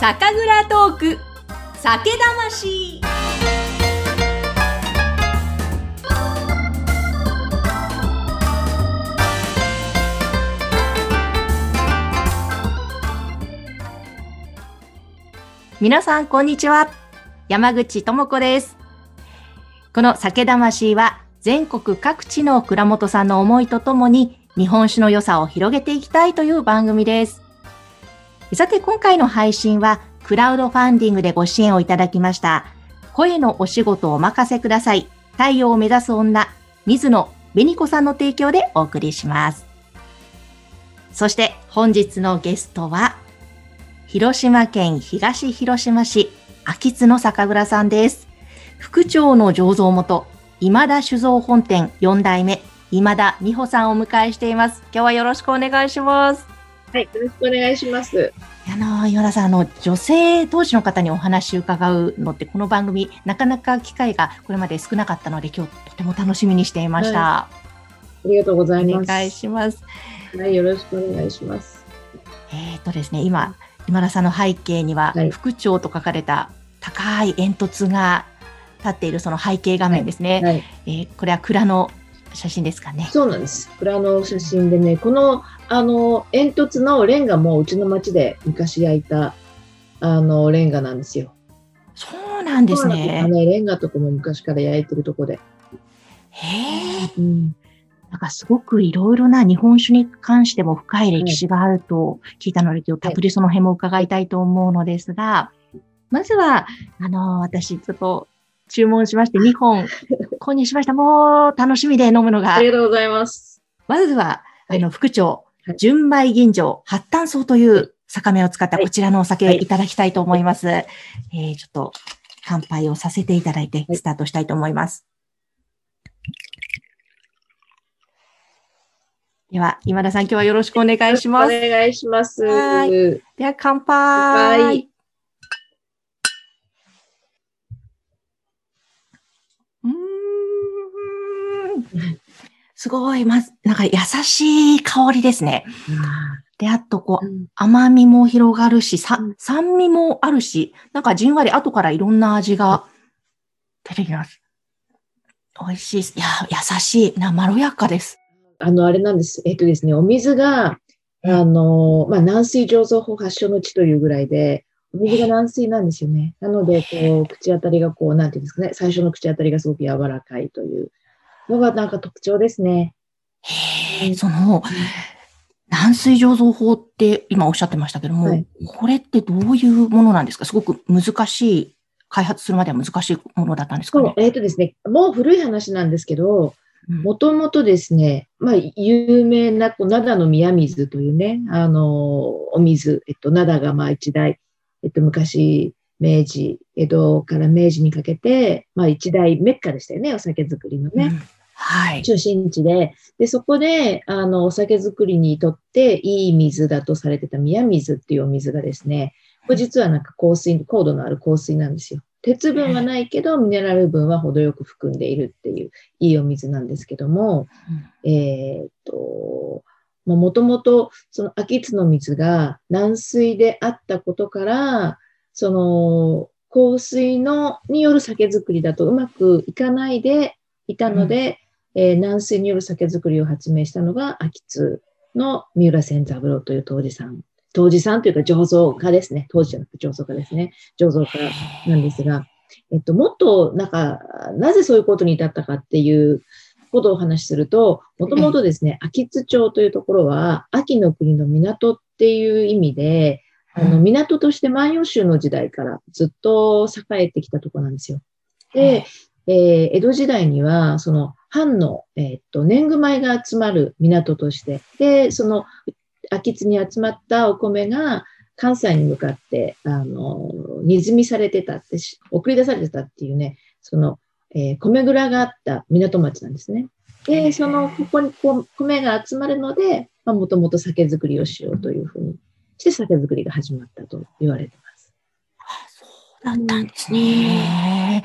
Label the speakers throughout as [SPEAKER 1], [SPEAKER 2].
[SPEAKER 1] 酒蔵トーク酒魂。皆さんこんにちは、山口智子です。この酒魂は全国各地の蔵元さんの思いとともに日本酒の良さを広げていきたいという番組です。さて今回の配信はクラウドファンディングでご支援をいただきました声のお仕事をお任せください太陽を目指す女水野紅子さんの提供でお送りします。そして本日のゲストは広島県東広島市秋津の酒蔵さんです。副長の醸造元今田酒造本店4代目今田美穂さんをお迎えしています。今日はよろしくお願いします。
[SPEAKER 2] はい、よろしくお願いします。
[SPEAKER 1] 今田さん、女性当時の方にお話を伺うのってこの番組なかなか機会がこれまで少なかったので今日とても楽しみにしていました。
[SPEAKER 2] はい、ありがとうございます。
[SPEAKER 1] お願いします。
[SPEAKER 2] はい、よろしくお願いします。
[SPEAKER 1] ですね、今田さんの背景には、副長と書かれた高い煙突が立っているその背景画面ですね。はいはい、これは蔵の写真ですかね。
[SPEAKER 2] そうなんです。蔵の写真でね、この煙突のレンガもうちの町で昔焼いたレンガなんですよ。
[SPEAKER 1] そうなんですね。
[SPEAKER 2] レンガとかも昔から焼いてるとこで。
[SPEAKER 1] へえ。なんかすごくいろいろな日本酒に関しても深い歴史があると聞いたので、今日たっぷりその辺も伺いたいと思うのですが、まずは私ちょっと注文しまして2本購入しました。もう楽しみで飲むのが。
[SPEAKER 2] ありがとうございます。
[SPEAKER 1] まずは副長、純米吟醸発炭草という酒米を使ったこちらのお酒いただきたいと思います。ちょっと乾杯をさせていただいてスタートしたいと思います。では今田さん、今日はよろしくお願いします。
[SPEAKER 2] お願いします。
[SPEAKER 1] では乾杯。すごい、なんか優しい香りですね。で、あと甘みも広がるし、酸味もあるし、なんかじんわり後からいろんな味が出てきます。美味しい。いや、優しい。まろやかです。
[SPEAKER 2] あれなんです。ですね、お水が、軟水醸造法発祥の地というぐらいで、お水が軟水なんですよね。なので、口当たりがなんていうんですかね、最初の口当たりがすごく柔らかいというのがなんか特徴ですね。
[SPEAKER 1] 軟水醸造法って今おっしゃってましたけども、これってどういうものなんですか？すごく難しい、開発するまでは難しいものだったんですかね？
[SPEAKER 2] ですね、もう古い話なんですけど、もともとですね、有名な灘の宮水というね、お水、灘が一代、昔、明治、江戸から明治にかけて、一大メッカでしたよね、お酒作りのね。中心地で、そこで、お酒作りにとっていい水だとされてた宮水っていうお水がですね、これ実はなんか硬度のある硬水なんですよ。鉄分はないけど、ミネラル分は程よく含んでいるっていういいお水なんですけども、もともとその秋津の水が軟水であったことから、その硬水による酒造りだとうまくいかないでいたので、軟水による酒造りを発明したのが秋津の三浦仙三郎という杜氏さんというか醸造家ですね。当時じゃなくて醸造家ですね。醸造家なんですが、もっとなぜそういうことに至ったかっていうことをお話しすると、もともとですね、秋津町というところは、秋の国の港っていう意味で、港として万葉集の時代からずっと栄えてきたところなんですよ。で、江戸時代には、その藩の、年貢米が集まる港として、で、その秋津に集まったお米が関西に向かって、荷積みされてたって、送り出されてたっていうね、米蔵があった港町なんですね。で、ここに米が集まるので、もともと酒造りをしようというふうにして酒造りが始まったと言われてます。
[SPEAKER 1] そうだったんですね。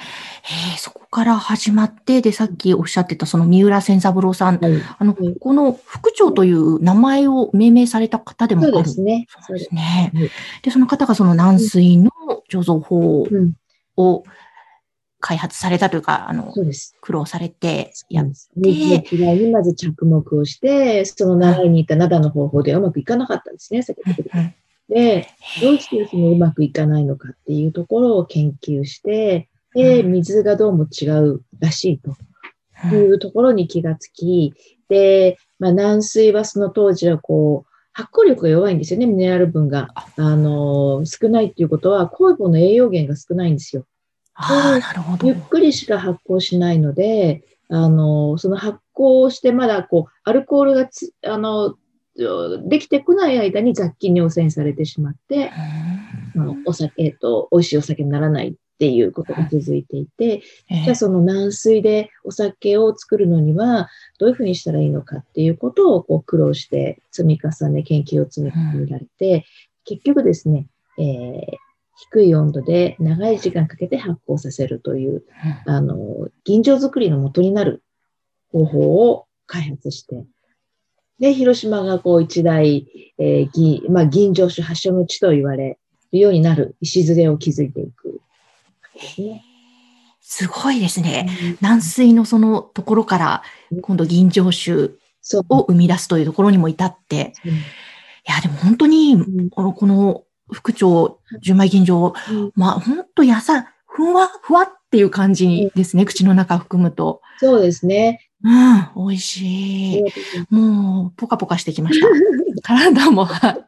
[SPEAKER 1] そこから始まって、で、さっきおっしゃってたその三浦仙三郎さん、
[SPEAKER 2] はい。はい。
[SPEAKER 1] この副長という名前を命名された方で
[SPEAKER 2] そう
[SPEAKER 1] もある。
[SPEAKER 2] ですね。
[SPEAKER 1] そうなんで
[SPEAKER 2] そうです。
[SPEAKER 1] すね。
[SPEAKER 2] はい。
[SPEAKER 1] で、その方がその軟
[SPEAKER 2] うん。
[SPEAKER 1] 水の醸造法
[SPEAKER 2] うん。
[SPEAKER 1] を開発されたというか、
[SPEAKER 2] そうです。
[SPEAKER 1] 苦労されてやっ
[SPEAKER 2] そうなんです。水の
[SPEAKER 1] て、
[SPEAKER 2] 違いにまず着目をして、その習いに行った灘の方法でうまくいかなかったんですね、酒
[SPEAKER 1] うん
[SPEAKER 2] 造りが。
[SPEAKER 1] うん、
[SPEAKER 2] で、どうしてそのうまくいかないのかっていうところを研究して、で、
[SPEAKER 1] うん
[SPEAKER 2] 水がどうも違うらしいとい
[SPEAKER 1] うん
[SPEAKER 2] うところに気がつき、で、軟水はその当時は発酵力が弱いんですよね、ミネラル分が。少ないっていうことは、酵母の栄養源が少ないんですよ。で、
[SPEAKER 1] ああ、なるほど。
[SPEAKER 2] ゆっくりしか発酵しないので、その発酵してまだアルコールができてこない間に雑菌に汚染されてしまって、お酒と美味しいお酒にならないっていうことが続いていて、じゃあその軟水でお酒を作るのにはどういうふうにしたらいいのかっていうことを苦労して積み重ね、研究を積み重ねられて、結局ですね、低い温度で長い時間かけて発酵させるという、吟醸作りの元になる方法を開発して、で、広島が一大、吟醸酒発祥の地と言われるようになる礎を築いていくですね。
[SPEAKER 1] すごいですね。
[SPEAKER 2] うん、
[SPEAKER 1] 軟水のそのところから、今度吟醸酒
[SPEAKER 2] そう、
[SPEAKER 1] を生み出すというところにも至って、
[SPEAKER 2] そう、
[SPEAKER 1] いや、でも本当に、
[SPEAKER 2] うん、
[SPEAKER 1] この副長、純米吟醸、
[SPEAKER 2] うん、
[SPEAKER 1] 本当ふわ、ふわっていう感じですね。口の中含むと。
[SPEAKER 2] そうですね。
[SPEAKER 1] うん、美味しい。もう、ポカポカしてきました。体も、はい。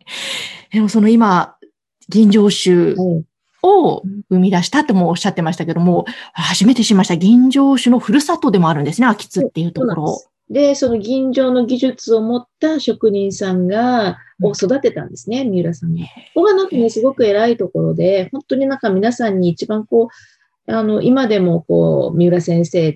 [SPEAKER 1] でもその今、吟醸酒
[SPEAKER 2] はい。
[SPEAKER 1] を生み出したってもおっしゃってましたけども、初めて知りました。吟醸酒のふるさとでもあるんですね。秋津っていうところ。
[SPEAKER 2] そうなんです。で、その吟醸の技術を持った職人さんを育てたんですね、三浦さんが。ここがなんかね、すごく偉いところで、本当になんか皆さんに一番今でも三浦先生って、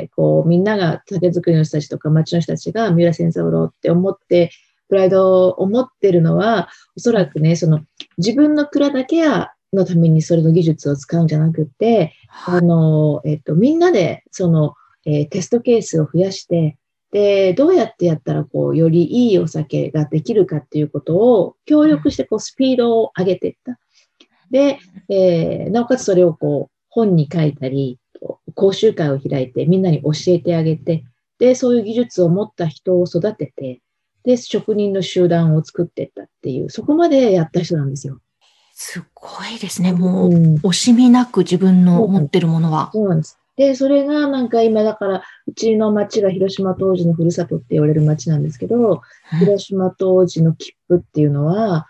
[SPEAKER 2] みんなが酒造りの人たちとか町の人たちが三浦仙三郎って思って、プライドを持ってるのは、おそらくね、自分の蔵だけのためにそれの技術を使うんじゃなくて、みんなで、テストケースを増やして、で、どうやってやったら、よりいいお酒ができるかっていうことを協力して、スピードを上げていった。で、なおかつそれを本に書いたり、講習会を開いてみんなに教えてあげて、で、そういう技術を持った人を育てて、で、職人の集団を作っていったっていう、そこまでやった人なんですよ。
[SPEAKER 1] すごいですね。も
[SPEAKER 2] うん。
[SPEAKER 1] う、惜しみなく自分の持って
[SPEAKER 2] そうなんです。
[SPEAKER 1] るものは。
[SPEAKER 2] そうなんです。で、それがなんか今だから、うちの町が広島当時のふるさとって言われる町なんですけど、広島当時の切符っていうのは、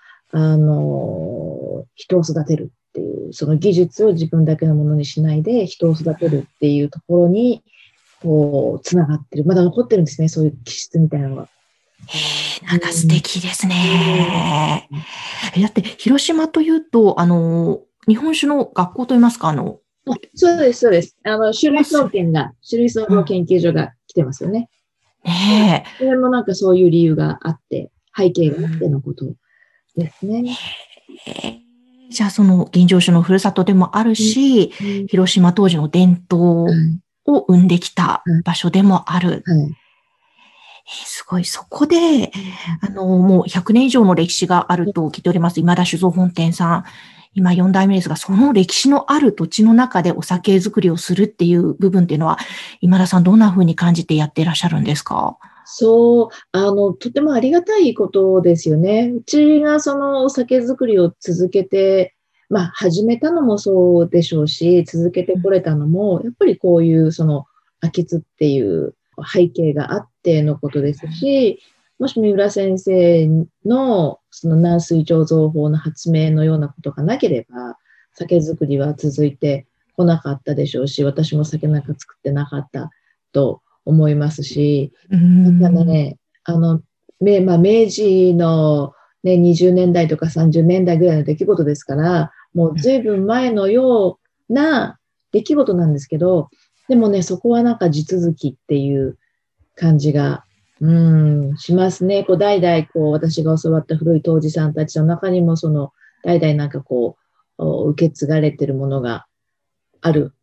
[SPEAKER 2] 人を育てるっていう、その技術を自分だけのものにしないで人を育てるっていうところに、つながってる。まだ残ってるんですね、そういう気質みたいなのが。
[SPEAKER 1] なんか素敵です
[SPEAKER 2] うん
[SPEAKER 1] ね。だって、広島というと、日本酒の学校といいますか、
[SPEAKER 2] そうです、そうです。種類総
[SPEAKER 1] うん、
[SPEAKER 2] 合研究所が来てますよね。
[SPEAKER 1] ね
[SPEAKER 2] それもなんかそういう理由があって、背景があって
[SPEAKER 1] え。
[SPEAKER 2] のことですね。
[SPEAKER 1] じゃあ、その、吟醸酒のふるさとでもある
[SPEAKER 2] うん、
[SPEAKER 1] し、
[SPEAKER 2] うん、
[SPEAKER 1] 広島当時の伝統
[SPEAKER 2] はい、
[SPEAKER 1] を生んできた
[SPEAKER 2] はい、
[SPEAKER 1] 場所でもある。
[SPEAKER 2] はい。
[SPEAKER 1] すごい。そこで、
[SPEAKER 2] うん、
[SPEAKER 1] もう100年以上の歴史があると聞いております。今田酒造本店さん。今4代目ですが、その歴史のある土地の中でお酒作りをするっていう部分っていうのは、今田さんどんな風に感じてやっていらっしゃるんですか？
[SPEAKER 2] そう、とてもありがたいことですよね。うちがそのお酒作りを続けて、始めたのもそうでしょうし、続けてこれたのも、やっぱりこういう秋津っていう背景があってのことですし、もし三浦先生のその軟水醸造法の発明のようなことがなければ、酒造りは続いてこなかったでしょうし、私も酒なんか作ってなかったと思いますし、
[SPEAKER 1] うー
[SPEAKER 2] なんか
[SPEAKER 1] ん。
[SPEAKER 2] ね、明治の、ね、20年代とか30年代ぐらいの出来事ですから、もう随分前のような出来事なんですけど、でもね、そこはなんか地続きっていう感じが、しますね。代々私が教わった古い杜氏さんたちの中にも、代々なんか受け継がれてるものがある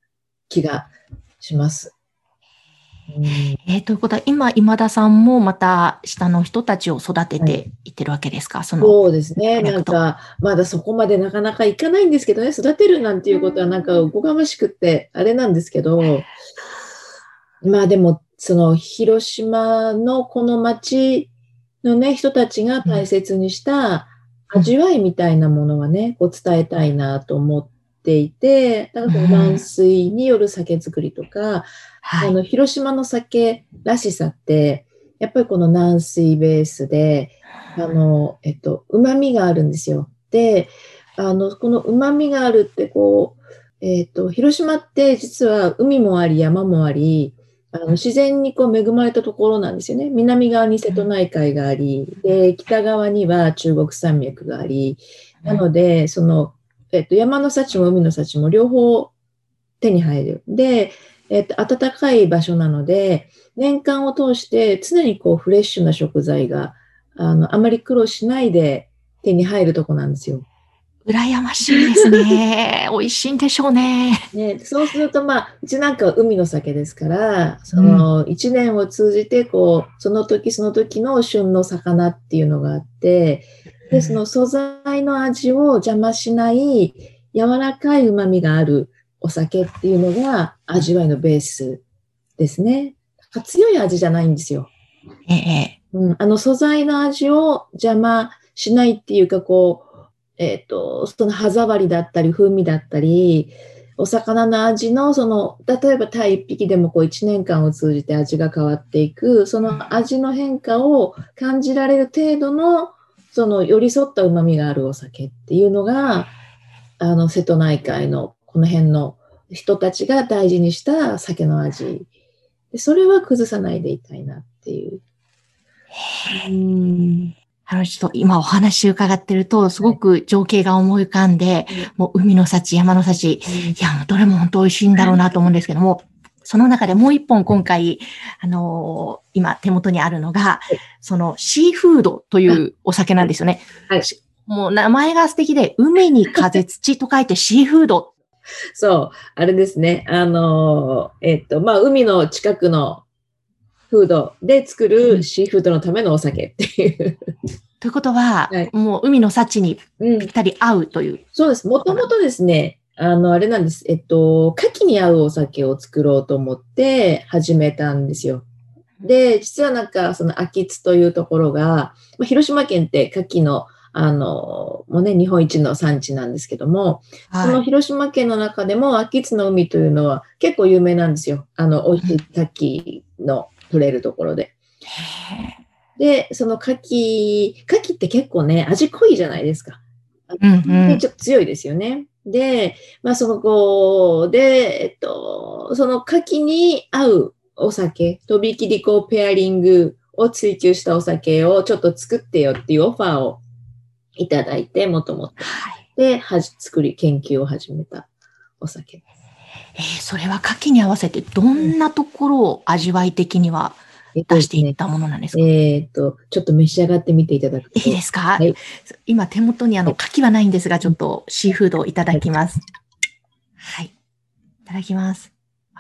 [SPEAKER 2] 気がします。
[SPEAKER 1] ということは、今田さんもまた下の人たちを育てていってるわけですか？
[SPEAKER 2] そうですね。なんか、まだそこまでなかなかいかないんですけどね、育てるなんていうことはなんかおこがましくって、あれなんですけど、まあでも、その広島のこの町のね、人たちが大切にした味わいみたいなものはね、こう伝えたいなと思っていて、だからその軟水による酒造りとか、広島の酒らしさって、やっぱりこの軟水ベースで、旨味があるんですよ。で、この旨味があるって、広島って実は海もあり山もあり、自然にこう恵まれたところなんですよね。南側に瀬戸内海があり、で、北側には中国山脈があり、なので、山の幸も海の幸も両方手に入る。で、暖かい場所なので、年間を通して常にこうフレッシュな食材が、あまり苦労しないで手に入るとこなんですよ。
[SPEAKER 1] 羨ましいですね。美味しいんでしょうね。
[SPEAKER 2] そうすると、うちなんかは海の酒ですから、その一年を通じて、その時その時の旬の魚っていうのがあって、で、その素材の味を邪魔しない柔らかい旨味があるお酒っていうのが味わいのベースですね。強い味じゃないんですよ。素材の味を邪魔しないっていうか、その歯触りだったり、風味だったり、お魚の味の、例えば鯛一匹でも1年間を通じて味が変わっていく、その味の変化を感じられる程度の、寄り添った旨味があるお酒っていうのが、瀬戸内海のこの辺の人たちが大事にした酒の味。でそれは崩さないでいたいなっていう。
[SPEAKER 1] ちょっと今お話伺ってると、すごく情景が思い浮かんで、もう海の幸、山の幸、いや、もうどれも本当美味しいんだろうなと思うんですけども、その中でもう一本今回、今手元にあるのが、そのシーフードというお酒なんですよね。もう名前が素敵で、海に風土と書いてシーフード。
[SPEAKER 2] そう、あれですね。海の近くのフードで作るシーフードのためのお酒っていう。
[SPEAKER 1] ということは、もう海の幸にぴったり合うという。
[SPEAKER 2] そうです。もともとですね、あれなんです。牡蠣に合うお酒を作ろうと思って始めたんですよ。で、実はなんか、その秋津というところが、広島県って牡蠣の、もうね、日本一の産地なんですけども、その広島県の中でも秋津の海というのは結構有名なんですよ。美味しい牡蠣の取れるところで。で、その牡蠣って結構ね、味濃いじゃないですか。ちょっと強いですよね。で、そのその牡蠣に合うお酒、とびきりペアリングを追求したお酒をちょっと作ってよっていうオファーをいただいて、もともと。で、研究を始めたお酒。
[SPEAKER 1] それは牡蠣に合わせてどんなところを味わい的には出していったものなんですか？
[SPEAKER 2] ちょっと召し上がってみていただくと。
[SPEAKER 1] いいですか？はい、今手元に牡蠣はないんですが、ちょっとシーフードをいただきます。はい。いただきます。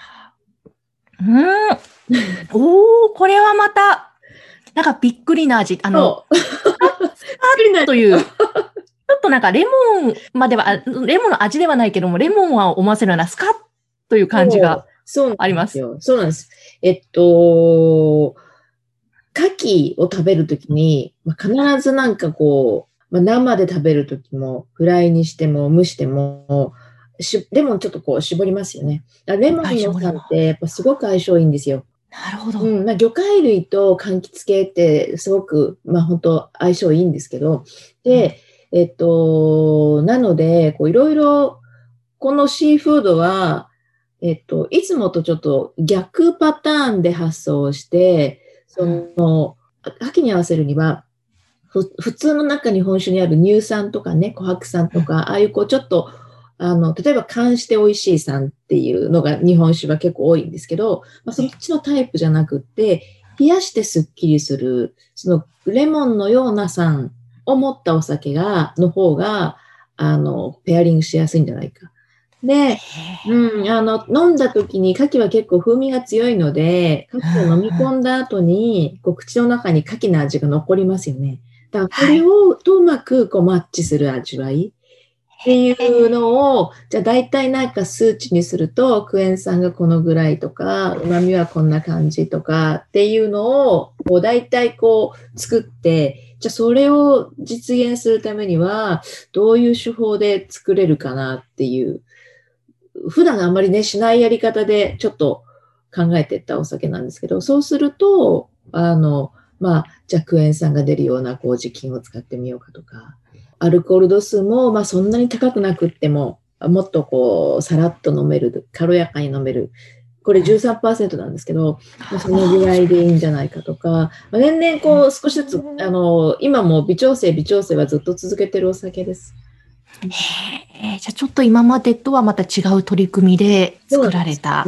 [SPEAKER 1] これはまた、なんかびっくりな味。スカッという、ちょっとなんかレモンの味ではないけども、レモンは思わせるようなスカッという感じがあります。
[SPEAKER 2] そうなんです。牡蠣を食べるときに、必ずなんか生で食べるときも、フライにしても蒸しても、レモンちょっと絞りますよね。レモンの酸ってやっぱすごく相性いいんですよ。
[SPEAKER 1] なるほど。
[SPEAKER 2] 魚介類と柑橘系ってすごく、本当相性いいんですけど、で、なので、いろいろ、このシーフードは、いつもとちょっと逆パターンで発想して、秋に合わせるには、普通の中に本酒にある乳酸とかね、琥珀酸とか、ああいうちょっと、例えば缶して美味しい酸っていうのが日本酒は結構多いんですけど、そっちのタイプじゃなくって、冷やしてすっきりする、そのレモンのような酸を持ったお酒の方が、ペアリングしやすいんじゃないか。 で、飲んだ時に、牡蠣は結構風味が強いので、牡蠣を飲み込んだ後に、こう口の中に牡蠣の味が残りますよね。だから、これをとうまくこうマッチする味わいっていうのを、じゃあ大体なんか数値にすると、クエン酸がこのぐらいとか、旨味はこんな感じとかっていうのを、こう大体こう作って、じゃあそれを実現するためには、どういう手法で作れるかなっていう。普段あんまりね、しないやり方でちょっと考えていったお酒なんですけど、そうすると、じゃあクエン酸が出るような麹菌を使ってみようかとか、アルコール度数も、そんなに高くなくっても、もっとこう、さらっと飲める、軽やかに飲める。これ 13% なんですけど、そのぐらいでいいんじゃないかとか、年々こう、少しずつ、今も微調整はずっと続けてるお酒です。
[SPEAKER 1] じゃあちょっと今までとはまた違う取り組みで作られた。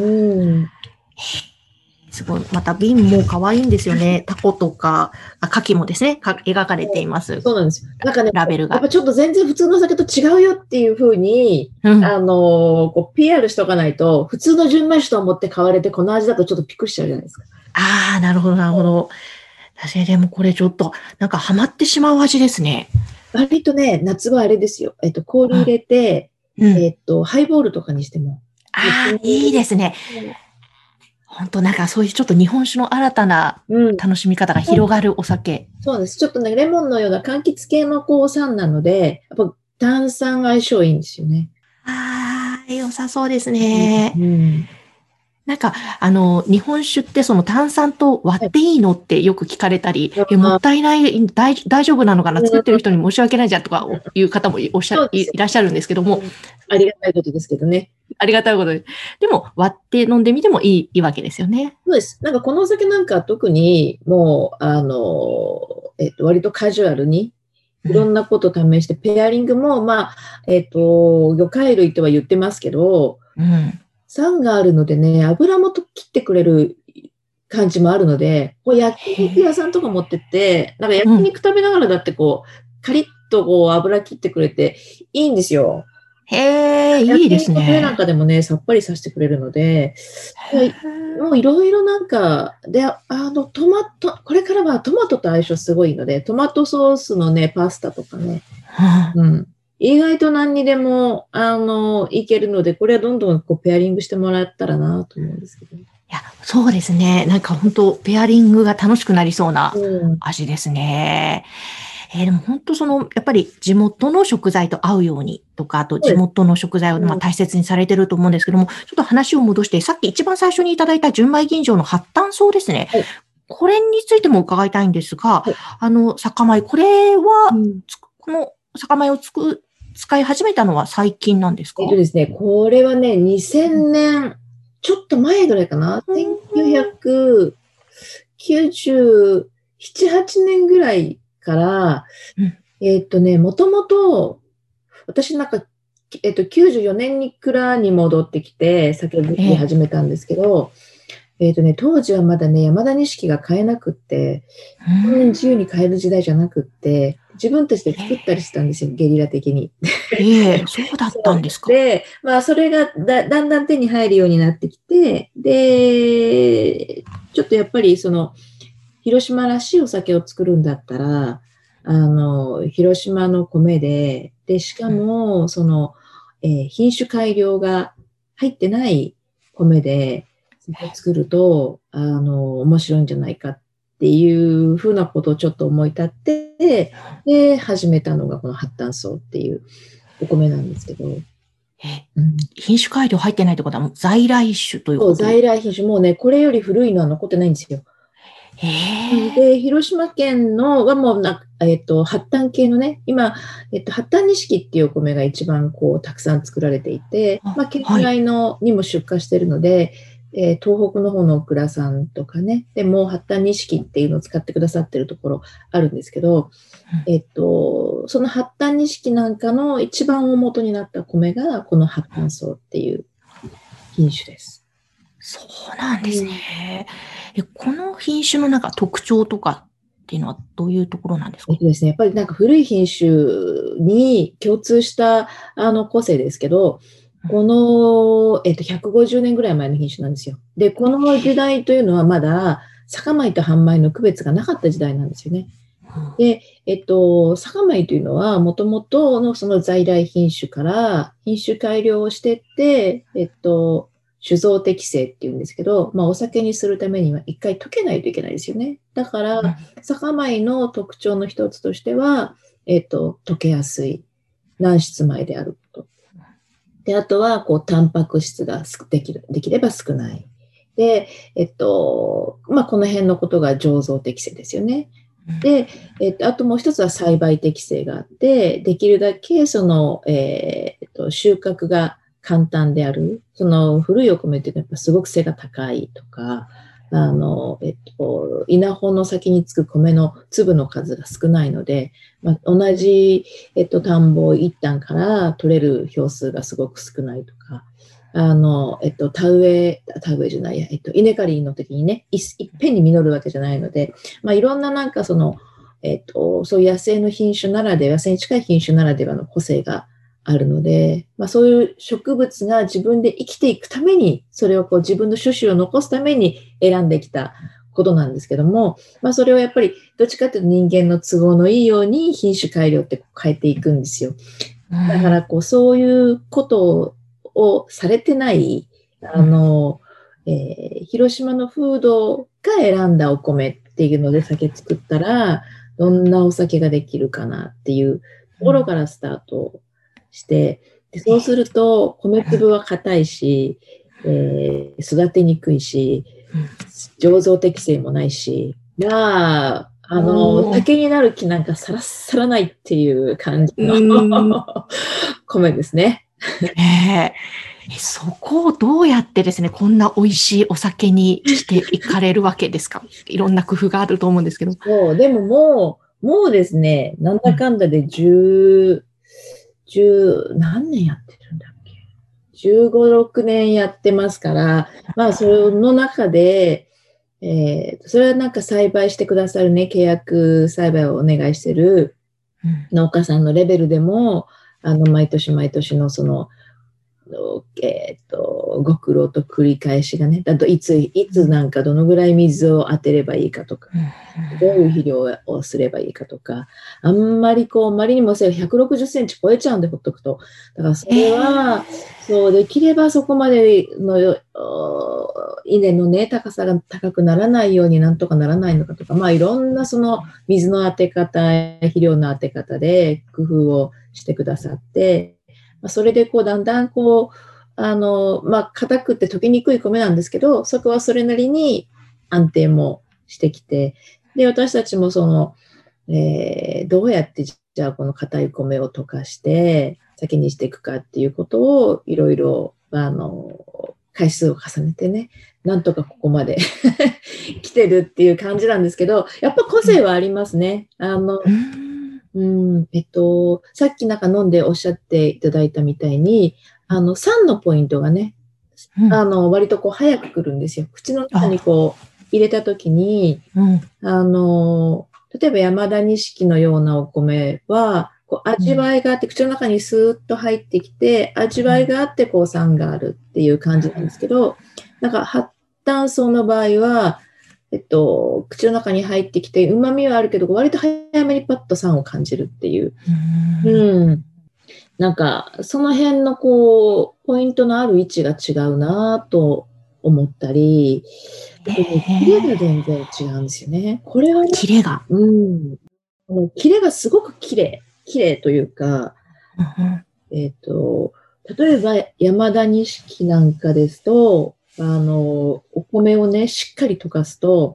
[SPEAKER 1] すごい。また瓶も可愛いんですよね。タコとか、牡蠣もですね、描かれています。
[SPEAKER 2] そうなんですよ。なんかね、
[SPEAKER 1] ラベルが。
[SPEAKER 2] やっぱちょっと全然普通のお酒と違うよっていう風に、こう PR しとかないと、普通の純米酒と思って買われて、この味だとちょっとびっくりしちゃうじゃないですか。
[SPEAKER 1] ああ、なるほど、なるほど。確かにでもこれちょっと、なんかハマってしまう味ですね。
[SPEAKER 2] 割とね、夏はあれですよ。氷入れて、ハイボールとかにしても。
[SPEAKER 1] ああ、いいですね。本当なんかそういうちょっと日本酒の新たな楽しみ方が広がるお酒。
[SPEAKER 2] そうです。ちょっとね、レモンのような柑橘系の酸なので、やっぱ炭酸相性いいんですよね。
[SPEAKER 1] ああ、良さそうですね。なんか、日本酒ってその炭酸と割っていいのってよく聞かれたり、もったいない、大丈夫なのかな、作ってる人に申し訳ないじゃんとかいう方もいらっしゃるんですけども。
[SPEAKER 2] ありがたいことですけどね。
[SPEAKER 1] ありがたいことです。でも、割って飲んでみてもいいわけですよね。
[SPEAKER 2] そうです。なんかこのお酒なんか特にもう、割とカジュアルに、いろんなこと試して、ペアリングも、魚介類とは言ってますけど、酸があるのでね、油も切ってくれる感じもあるので、焼肉屋さんとか持ってって、なんか焼肉食べながらだってこう、カリッとこう油切ってくれていいんですよ。
[SPEAKER 1] いいですね。
[SPEAKER 2] 焼肉なんかでもね、さっぱりさせてくれるので、もういろいろなんか、で、これからはトマトと相性すごいので、トマトソースのね、パスタとかね、意外と何にでも、いけるので、これはどんどんこうペアリングしてもらったらなと思うんですけど。
[SPEAKER 1] いや、そうですね。なんか本当ペアリングが楽しくなりそうな味ですね。でも本当やっぱり地元の食材と合うようにとか、あと地元の食材を大切にされてると思うんですけども、ちょっと話を戻して、さっき一番最初にいただいた純米吟醸の発炭草ですね。これについても伺いたいんですが、酒米、これは、この酒米を使い始めたのは最近なんですか？
[SPEAKER 2] ですね、これはね、2000年、ちょっと前ぐらいかな。1997、8年ぐらいから、もともと、私なんか、94年に蔵に戻ってきて、酒造り始めたんですけど、当時はまだね、山田錦が買えなくって、こんなに自由に買える時代じゃなくって、自分たちで作ったりしたんですよ、ゲリラ的に。
[SPEAKER 1] そうだったんですか。
[SPEAKER 2] で、それがだんだん手に入るようになってきて、で、ちょっとやっぱり広島らしいお酒を作るんだったら、広島の米で、しかも、品種改良が入ってない米で作ると、面白いんじゃないかっていうふうなことをちょっと思い立って、で、始めたのがこの発炭草っていうお米なんですけど。
[SPEAKER 1] 品種改良入ってないってことは在来種ということ？
[SPEAKER 2] そう、在来品種。もうね、これより古いのは残ってないんですよ。で、広島県のはもう発炭系のね、今、発炭錦っていうお米が一番たくさん作られていて、県外にも出荷しているので、東北の方のオクラさんとかね、でも発炭錦っていうのを使ってくださってるところあるんですけど、その発炭錦なんかの一番大元になった米が、この発炭草っていう品種です。
[SPEAKER 1] そうなんですね。この品種のなんか特徴とかっていうのはどういうところなんですか？
[SPEAKER 2] ですね、やっぱりなんか古い品種に共通した個性ですけど、 この、150年ぐらい前の品種なんですよ。で、この時代というのはまだ酒米と半米の区別がなかった時代なんですよね。で、酒米というのはもともとのその在来品種から品種改良をしてって、酒造適正っていうんですけど、まあお酒にするためには一回溶けないといけないですよね。だから、酒米の特徴の一つとしては、溶けやすい軟質米であること。で、あとは、こう、タンパク質ができれば少ない。で、まあ、この辺のことが醸造適性ですよね。で、あともう一つは栽培適性があって、できるだけその、収穫が簡単である。その古いお米っていうのはやっぱすごく背が高いとか、稲穂の先につく米の粒の数が少ないので、まあ、同じ、田んぼ一旦から取れる票数がすごく少ないとか、田植えじゃないや、稲刈りの時にね、いっぺんに実るわけじゃないので、まあ、いろんななんかその、そういう野生の品種ならでは、野生に近い品種ならではの個性があるので、まあ、そういう植物が自分で生きていくために、それをこう自分の種子を残すために選んできたことなんですけども、まあ、それをやっぱりどっちかというと人間の都合のいいように品種改良って変えていくんですよ。だからこうそういうことをされてない、広島の風土が選んだお米っていうので酒作ったら、どんなお酒ができるかなっていうところからスタートして、でそうすると米粒は硬いし、育てにくいし、醸造適性もないし、まあ、酒になる気なんかさらさらないっていう感じの米ですね。
[SPEAKER 1] そこをどうやってですね、こんな美味しいお酒にしていかれるわけですか？いろんな工夫があると思うんですけど。
[SPEAKER 2] そう、でももうですね、なんだかんだで何年やってるんだっけ？ 15、6年やってますから、まあ、その中で、それはなんか栽培してくださるね、契約栽培をお願いしてる農家さんのレベルでも、毎年毎年のその、ご苦労と繰り返しがね、だといつなんかどのぐらい水を当てればいいかとか、どういう肥料をすればいいかとか、あんまりこう、まりにも背が160センチ超えちゃうんで、ほっとくと。だからそれは、そうできればそこまでの稲のね、高さが高くならないようになんとかならないのかとか、まあいろんなその水の当て方、肥料の当て方で工夫をしてくださって、それでこうだんだんこう、まあ硬くて溶けにくい米なんですけど、そこはそれなりに安定もしてきて、で、私たちもその、どうやってじゃあこの硬い米を溶かして酒にしていくかっていうことをいろいろ回数を重ねてね、なんとかここまで来てるっていう感じなんですけど、やっぱ個性はありますね。さっきなんか飲んでおっしゃっていただいたみたいに、酸のポイントがね、割とこう早く来るんですよ。口の中にこう入れたときに、例えば山田錦のようなお米は、こう味わいがあって、口の中にスーッと入ってきて、味わいがあって、こう酸があるっていう感じなんですけど、なんか発炭素の場合は、口の中に入ってきて、旨味はあるけど、割と早めにパッと酸を感じるっていう。なんか、その辺のこう、ポイントのある位置が違うなと思ったり、キレが全然違うんですよね。これは、ね、
[SPEAKER 1] キレが
[SPEAKER 2] キレがすごく綺麗というか、例えば山田錦なんかですと、お米をね、しっかり溶かすと、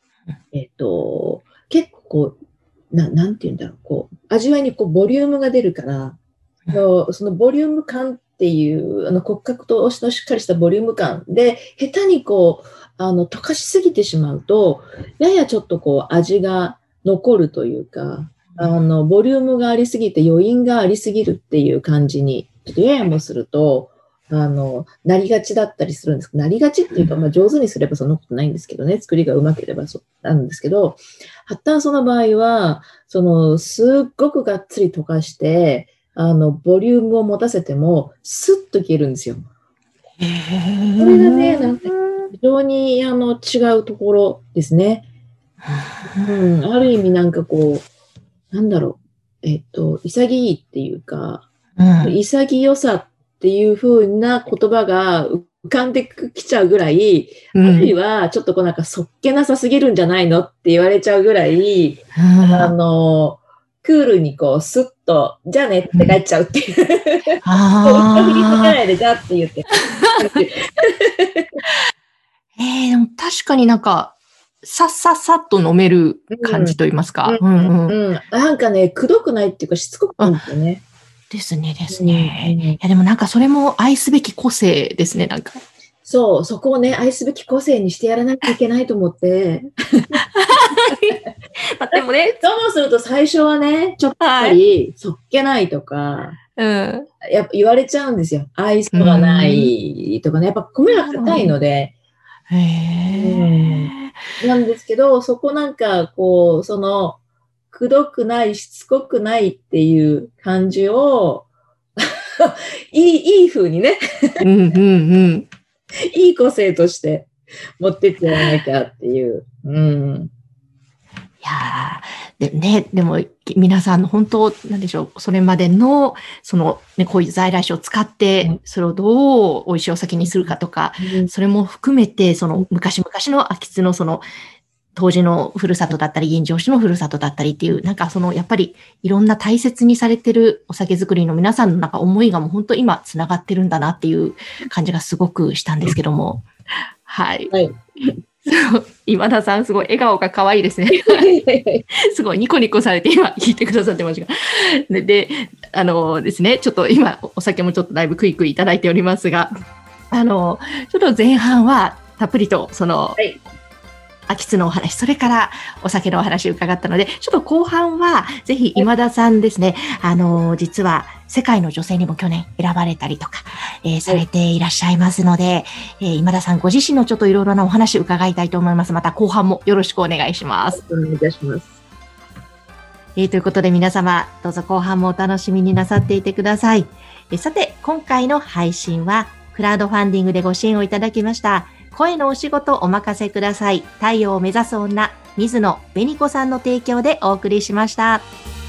[SPEAKER 2] 結構こう、なんていうんだろう、こう、味わいにこう、ボリュームが出るから、そのボリューム感っていう、骨格としっかりしたボリューム感で、下手にこう、溶かしすぎてしまうと、ややちょっとこう、味が残るというか、ボリュームがありすぎて余韻がありすぎるっていう感じに、ちょっとややもすると、なりがちだったりするんですけど、なりがちっていうか、まあ、上手にすればそんなことないんですけどね、作りがうまければそうなんですけど、発炭素の場合は、すっごくがっつり溶かして、 ボリュームを持たせても、スッと消えるんですよ。こ
[SPEAKER 1] へ
[SPEAKER 2] れがね、なんか非常に違うところですね。うん、ある意味なんかこう、なんだろう、潔いっていうか、潔さっていう風な言葉が浮かんできちゃうぐらい、あるいはちょっとこうなんかそっけなさすぎるんじゃないのって言われちゃうぐらい、クールにこうスッと、じゃあねって帰っちゃうっていう。一振りつかないで、じゃあって言って。
[SPEAKER 1] でも確かになんか、さっっと飲める感じと言いますか。
[SPEAKER 2] なんかね、くどくないっていうか、しつこくないんですよね。
[SPEAKER 1] ですね。いや、でもなんかそれも愛すべき個性ですね、なんか。
[SPEAKER 2] そう、そこをね、愛すべき個性にしてやらなきゃいけないと思って。
[SPEAKER 1] でもね、
[SPEAKER 2] ともすると最初はね、ちょっとやっぱり、そっけないとか、やっぱ言われちゃうんですよ。愛想がないとかね、やっぱ米が硬いので。なんですけど、そこなんか、こう、くどくない、しつこくないっていう感じを、いい風にね、いい個性として持ってってやらなきゃっていう。
[SPEAKER 1] いやでも皆さん本当なんでしょう、それまでのこういう在来種を使ってそれをどう美味しいお酒にするかとか、それも含めて昔々の秋津の当時のふるさとだったり現状種のふるさとだったりっていうなんかやっぱりいろんな大切にされてるお酒作りの皆さんのなんか思いがもう本当今つながってるんだなっていう感じがすごくしたんですけども、はい。今田さん、すごい笑顔が可愛いですね。すごいニコニコされて今聞いてくださってました。で、ですね、ちょっと今お酒もちょっとだいぶクイクイいただいておりますが、ちょっと前半はたっぷりと秋津のお話、それからお酒のお話を伺ったので、ちょっと後半はぜひ今田さんですね、実は世界の女性にも去年選ばれたりとか、されていらっしゃいますので、今田さんご自身のちょっといろいろなお話を伺いたいと思います。また後半もよろしくお願いします。
[SPEAKER 2] お願いいたします。
[SPEAKER 1] ということで皆様、どうぞ後半もお楽しみになさっていてください。さて、今回の配信はクラウドファンディングでご支援をいただきました。声のお仕事お任せください。太陽を目指す女、水野紅子さんの提供でお送りしました。